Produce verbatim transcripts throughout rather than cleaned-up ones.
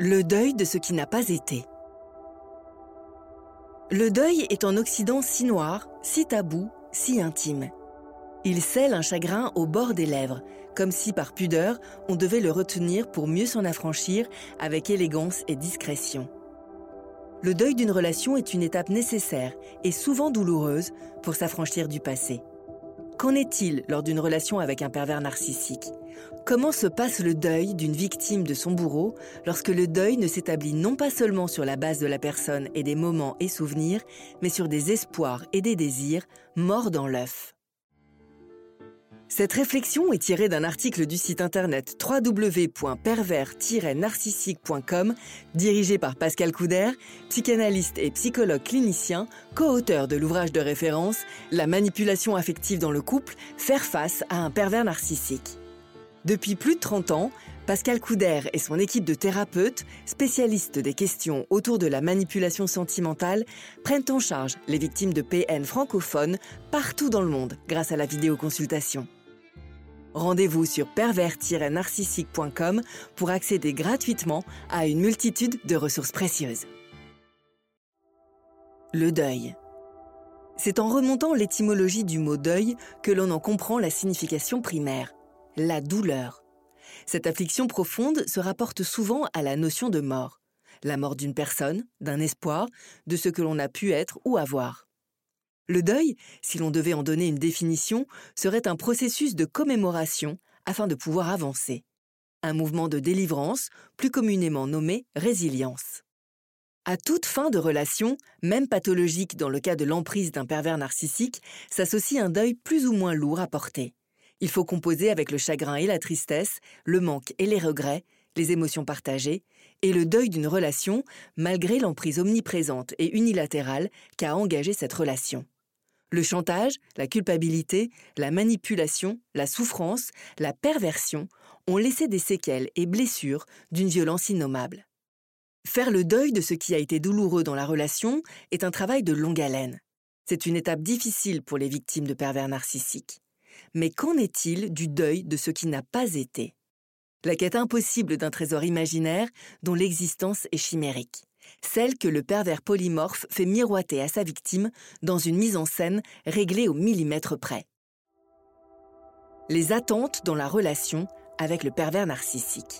Le deuil de ce qui n'a pas été. Le deuil est en Occident si noir, si tabou, si intime. Il scelle un chagrin au bord des lèvres, comme si par pudeur, on devait le retenir pour mieux s'en affranchir avec élégance et discrétion. Le deuil d'une relation est une étape nécessaire et souvent douloureuse pour s'affranchir du passé. Qu'en est-il lors d'une relation avec un pervers narcissique ? Comment se passe le deuil d'une victime de son bourreau lorsque le deuil ne s'établit non pas seulement sur la base de la personne et des moments et souvenirs, mais sur des espoirs et des désirs morts dans l'œuf ? Cette réflexion est tirée d'un article du site internet w w w point pervers tiret narcissique point com dirigé par Pascal Couder, psychanalyste et psychologue clinicien, co-auteur de l'ouvrage de référence « La manipulation affective dans le couple, faire face à un pervers narcissique ». Depuis plus de trente ans, Pascal Couder et son équipe de thérapeutes, spécialistes des questions autour de la manipulation sentimentale, prennent en charge les victimes de P N francophones partout dans le monde grâce à la vidéoconsultation. Rendez-vous sur pervers tiret narcissique point com pour accéder gratuitement à une multitude de ressources précieuses. Le deuil. C'est en remontant l'étymologie du mot deuil que l'on en comprend la signification primaire, la douleur. Cette affliction profonde se rapporte souvent à la notion de mort, la mort d'une personne, d'un espoir, de ce que l'on a pu être ou avoir. Le deuil, si l'on devait en donner une définition, serait un processus de commémoration afin de pouvoir avancer. Un mouvement de délivrance, plus communément nommé résilience. À toute fin de relation, même pathologique dans le cas de l'emprise d'un pervers narcissique, s'associe un deuil plus ou moins lourd à porter. Il faut composer avec le chagrin et la tristesse, le manque et les regrets, les émotions partagées, et le deuil d'une relation, malgré l'emprise omniprésente et unilatérale qu'a engagé cette relation. Le chantage, la culpabilité, la manipulation, la souffrance, la perversion ont laissé des séquelles et blessures d'une violence innommable. Faire le deuil de ce qui a été douloureux dans la relation est un travail de longue haleine. C'est une étape difficile pour les victimes de pervers narcissiques. Mais qu'en est-il du deuil de ce qui n'a pas été ? La quête impossible d'un trésor imaginaire dont l'existence est chimérique. Celle que le pervers polymorphe fait miroiter à sa victime dans une mise en scène réglée au millimètre près. Les attentes dans la relation avec le pervers narcissique.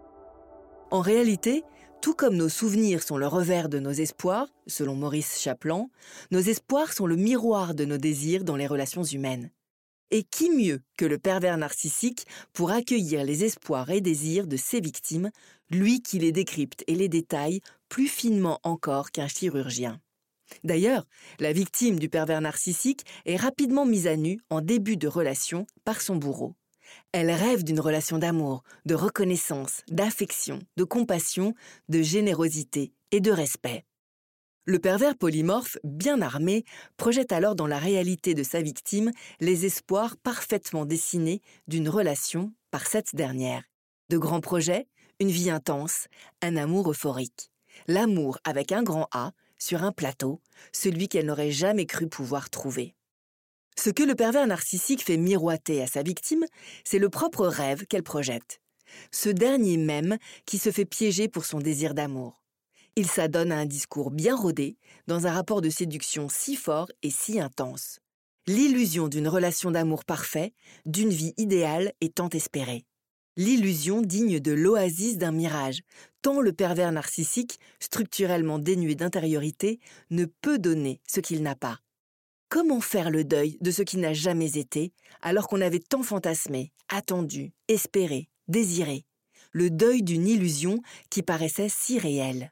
En réalité, tout comme nos souvenirs sont le revers de nos espoirs, selon Maurice Chapelan, nos espoirs sont le miroir de nos désirs dans les relations humaines. Et qui mieux que le pervers narcissique pour accueillir les espoirs et désirs de ses victimes, lui qui les décrypte et les détaille plus finement encore qu'un chirurgien. D'ailleurs, la victime du pervers narcissique est rapidement mise à nu en début de relation par son bourreau. Elle rêve d'une relation d'amour, de reconnaissance, d'affection, de compassion, de générosité et de respect. Le pervers polymorphe, bien armé, projette alors dans la réalité de sa victime les espoirs parfaitement dessinés d'une relation par cette dernière. De grands projets, une vie intense, un amour euphorique. L'amour avec un grand A, sur un plateau, celui qu'elle n'aurait jamais cru pouvoir trouver. Ce que le pervers narcissique fait miroiter à sa victime, c'est le propre rêve qu'elle projette. Ce dernier même qui se fait piéger pour son désir d'amour. Il s'adonne à un discours bien rodé, dans un rapport de séduction si fort et si intense. L'illusion d'une relation d'amour parfait, d'une vie idéale est tant espérée. L'illusion digne de l'oasis d'un mirage, tant le pervers narcissique, structurellement dénué d'intériorité, ne peut donner ce qu'il n'a pas. Comment faire le deuil de ce qui n'a jamais été, alors qu'on avait tant fantasmé, attendu, espéré, désiré ? Le deuil d'une illusion qui paraissait si réelle.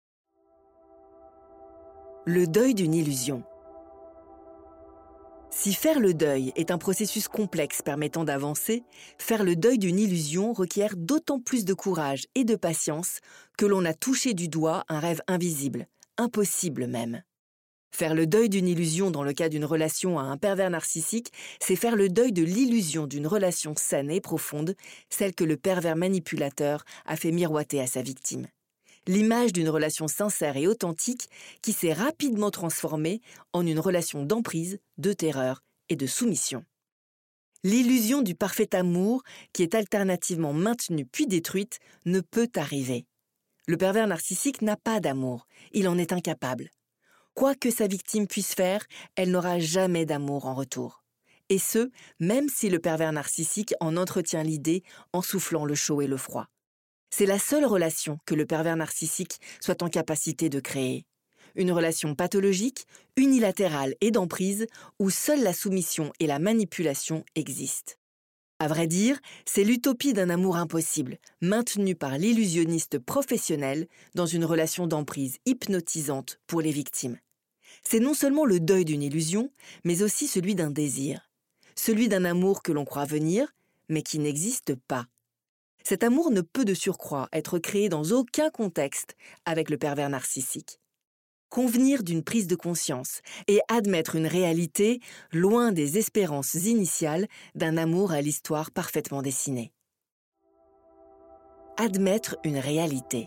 Le deuil d'une illusion. Si faire le deuil est un processus complexe permettant d'avancer, faire le deuil d'une illusion requiert d'autant plus de courage et de patience que l'on a touché du doigt un rêve invisible, impossible même. Faire le deuil d'une illusion dans le cas d'une relation à un pervers narcissique, c'est faire le deuil de l'illusion d'une relation saine et profonde, celle que le pervers manipulateur a fait miroiter à sa victime. L'image d'une relation sincère et authentique qui s'est rapidement transformée en une relation d'emprise, de terreur et de soumission. L'illusion du parfait amour, qui est alternativement maintenue puis détruite, ne peut arriver. Le pervers narcissique n'a pas d'amour, il en est incapable. Quoi que sa victime puisse faire, elle n'aura jamais d'amour en retour. Et ce, même si le pervers narcissique en entretient l'idée en soufflant le chaud et le froid. C'est la seule relation que le pervers narcissique soit en capacité de créer. Une relation pathologique, unilatérale et d'emprise, où seule la soumission et la manipulation existent. À vrai dire, c'est l'utopie d'un amour impossible, maintenu par l'illusionniste professionnel dans une relation d'emprise hypnotisante pour les victimes. C'est non seulement le deuil d'une illusion, mais aussi celui d'un désir. Celui d'un amour que l'on croit venir, mais qui n'existe pas. Cet amour ne peut de surcroît être créé dans aucun contexte avec le pervers narcissique. Convenir d'une prise de conscience et admettre une réalité loin des espérances initiales d'un amour à l'histoire parfaitement dessinée. Admettre une réalité.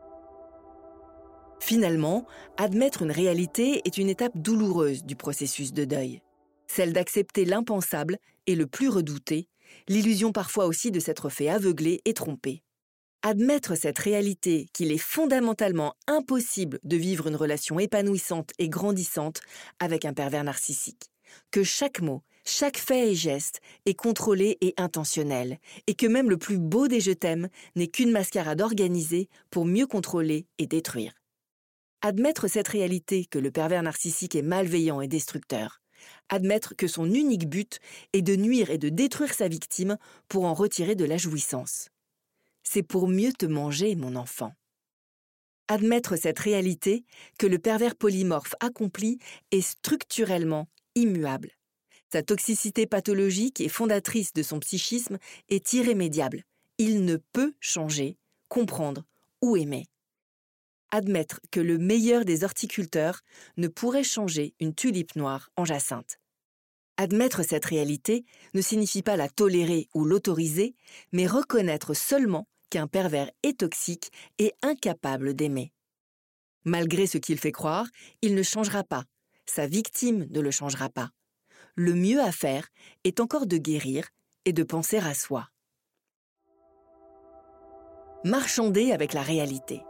Finalement, admettre une réalité est une étape douloureuse du processus de deuil. Celle d'accepter l'impensable et le plus redouté, l'illusion parfois aussi de s'être fait aveugler et tromper. Admettre cette réalité qu'il est fondamentalement impossible de vivre une relation épanouissante et grandissante avec un pervers narcissique, que chaque mot, chaque fait et geste est contrôlé et intentionnel, et que même le plus beau des je t'aime n'est qu'une mascarade organisée pour mieux contrôler et détruire. Admettre cette réalité que le pervers narcissique est malveillant et destructeur. Admettre que son unique but est de nuire et de détruire sa victime pour en retirer de la jouissance. C'est pour mieux te manger, mon enfant. Admettre cette réalité que le pervers polymorphe accompli est structurellement immuable. Sa toxicité pathologique et fondatrice de son psychisme est irrémédiable. Il ne peut changer, comprendre ou aimer. Admettre que le meilleur des horticulteurs ne pourrait changer une tulipe noire en jacinthe. Admettre cette réalité ne signifie pas la tolérer ou l'autoriser, mais reconnaître seulement qu'un pervers est toxique et incapable d'aimer. Malgré ce qu'il fait croire, il ne changera pas. Sa victime ne le changera pas. Le mieux à faire est encore de guérir et de penser à soi. Marchander avec la réalité.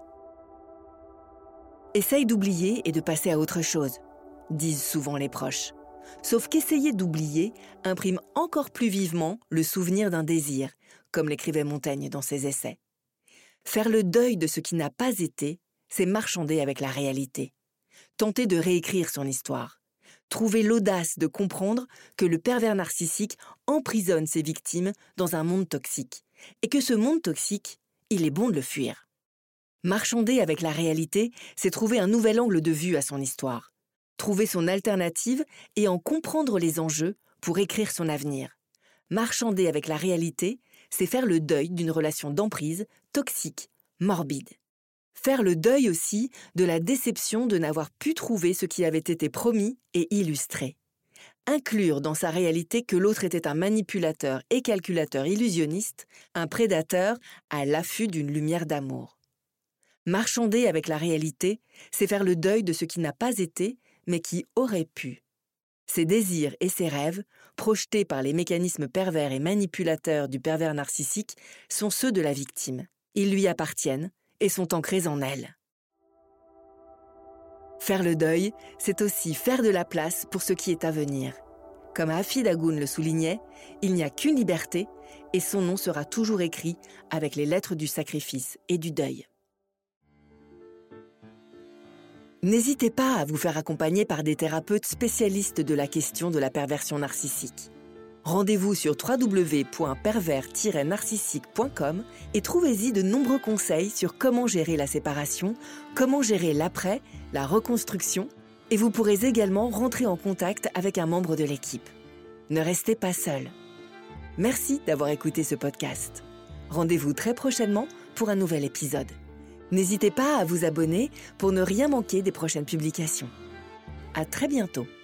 Essaye d'oublier et de passer à autre chose, disent souvent les proches. Sauf qu'essayer d'oublier imprime encore plus vivement le souvenir d'un désir, comme l'écrivait Montaigne dans ses essais. Faire le deuil de ce qui n'a pas été, c'est marchander avec la réalité. Tenter de réécrire son histoire. Trouver l'audace de comprendre que le pervers narcissique emprisonne ses victimes dans un monde toxique, et que ce monde toxique, il est bon de le fuir. Marchander avec la réalité, c'est trouver un nouvel angle de vue à son histoire. Trouver son alternative et en comprendre les enjeux pour écrire son avenir. Marchander avec la réalité, c'est faire le deuil d'une relation d'emprise, toxique, morbide. Faire le deuil aussi de la déception de n'avoir pu trouver ce qui avait été promis et illustré. Inclure dans sa réalité que l'autre était un manipulateur et calculateur illusionniste, un prédateur à l'affût d'une lumière d'amour. Marchander avec la réalité, c'est faire le deuil de ce qui n'a pas été, mais qui aurait pu. Ses désirs et ses rêves, projetés par les mécanismes pervers et manipulateurs du pervers narcissique, sont ceux de la victime. Ils lui appartiennent et sont ancrés en elle. Faire le deuil, c'est aussi faire de la place pour ce qui est à venir. Comme Hafid Agoun le soulignait, il n'y a qu'une liberté et son nom sera toujours écrit avec les lettres du sacrifice et du deuil. N'hésitez pas à vous faire accompagner par des thérapeutes spécialistes de la question de la perversion narcissique. Rendez-vous sur w w w point pervers tiret narcissique point com et trouvez-y de nombreux conseils sur comment gérer la séparation, comment gérer l'après, la reconstruction, et vous pourrez également rentrer en contact avec un membre de l'équipe. Ne restez pas seul. Merci d'avoir écouté ce podcast. Rendez-vous très prochainement pour un nouvel épisode. N'hésitez pas à vous abonner pour ne rien manquer des prochaines publications. À très bientôt.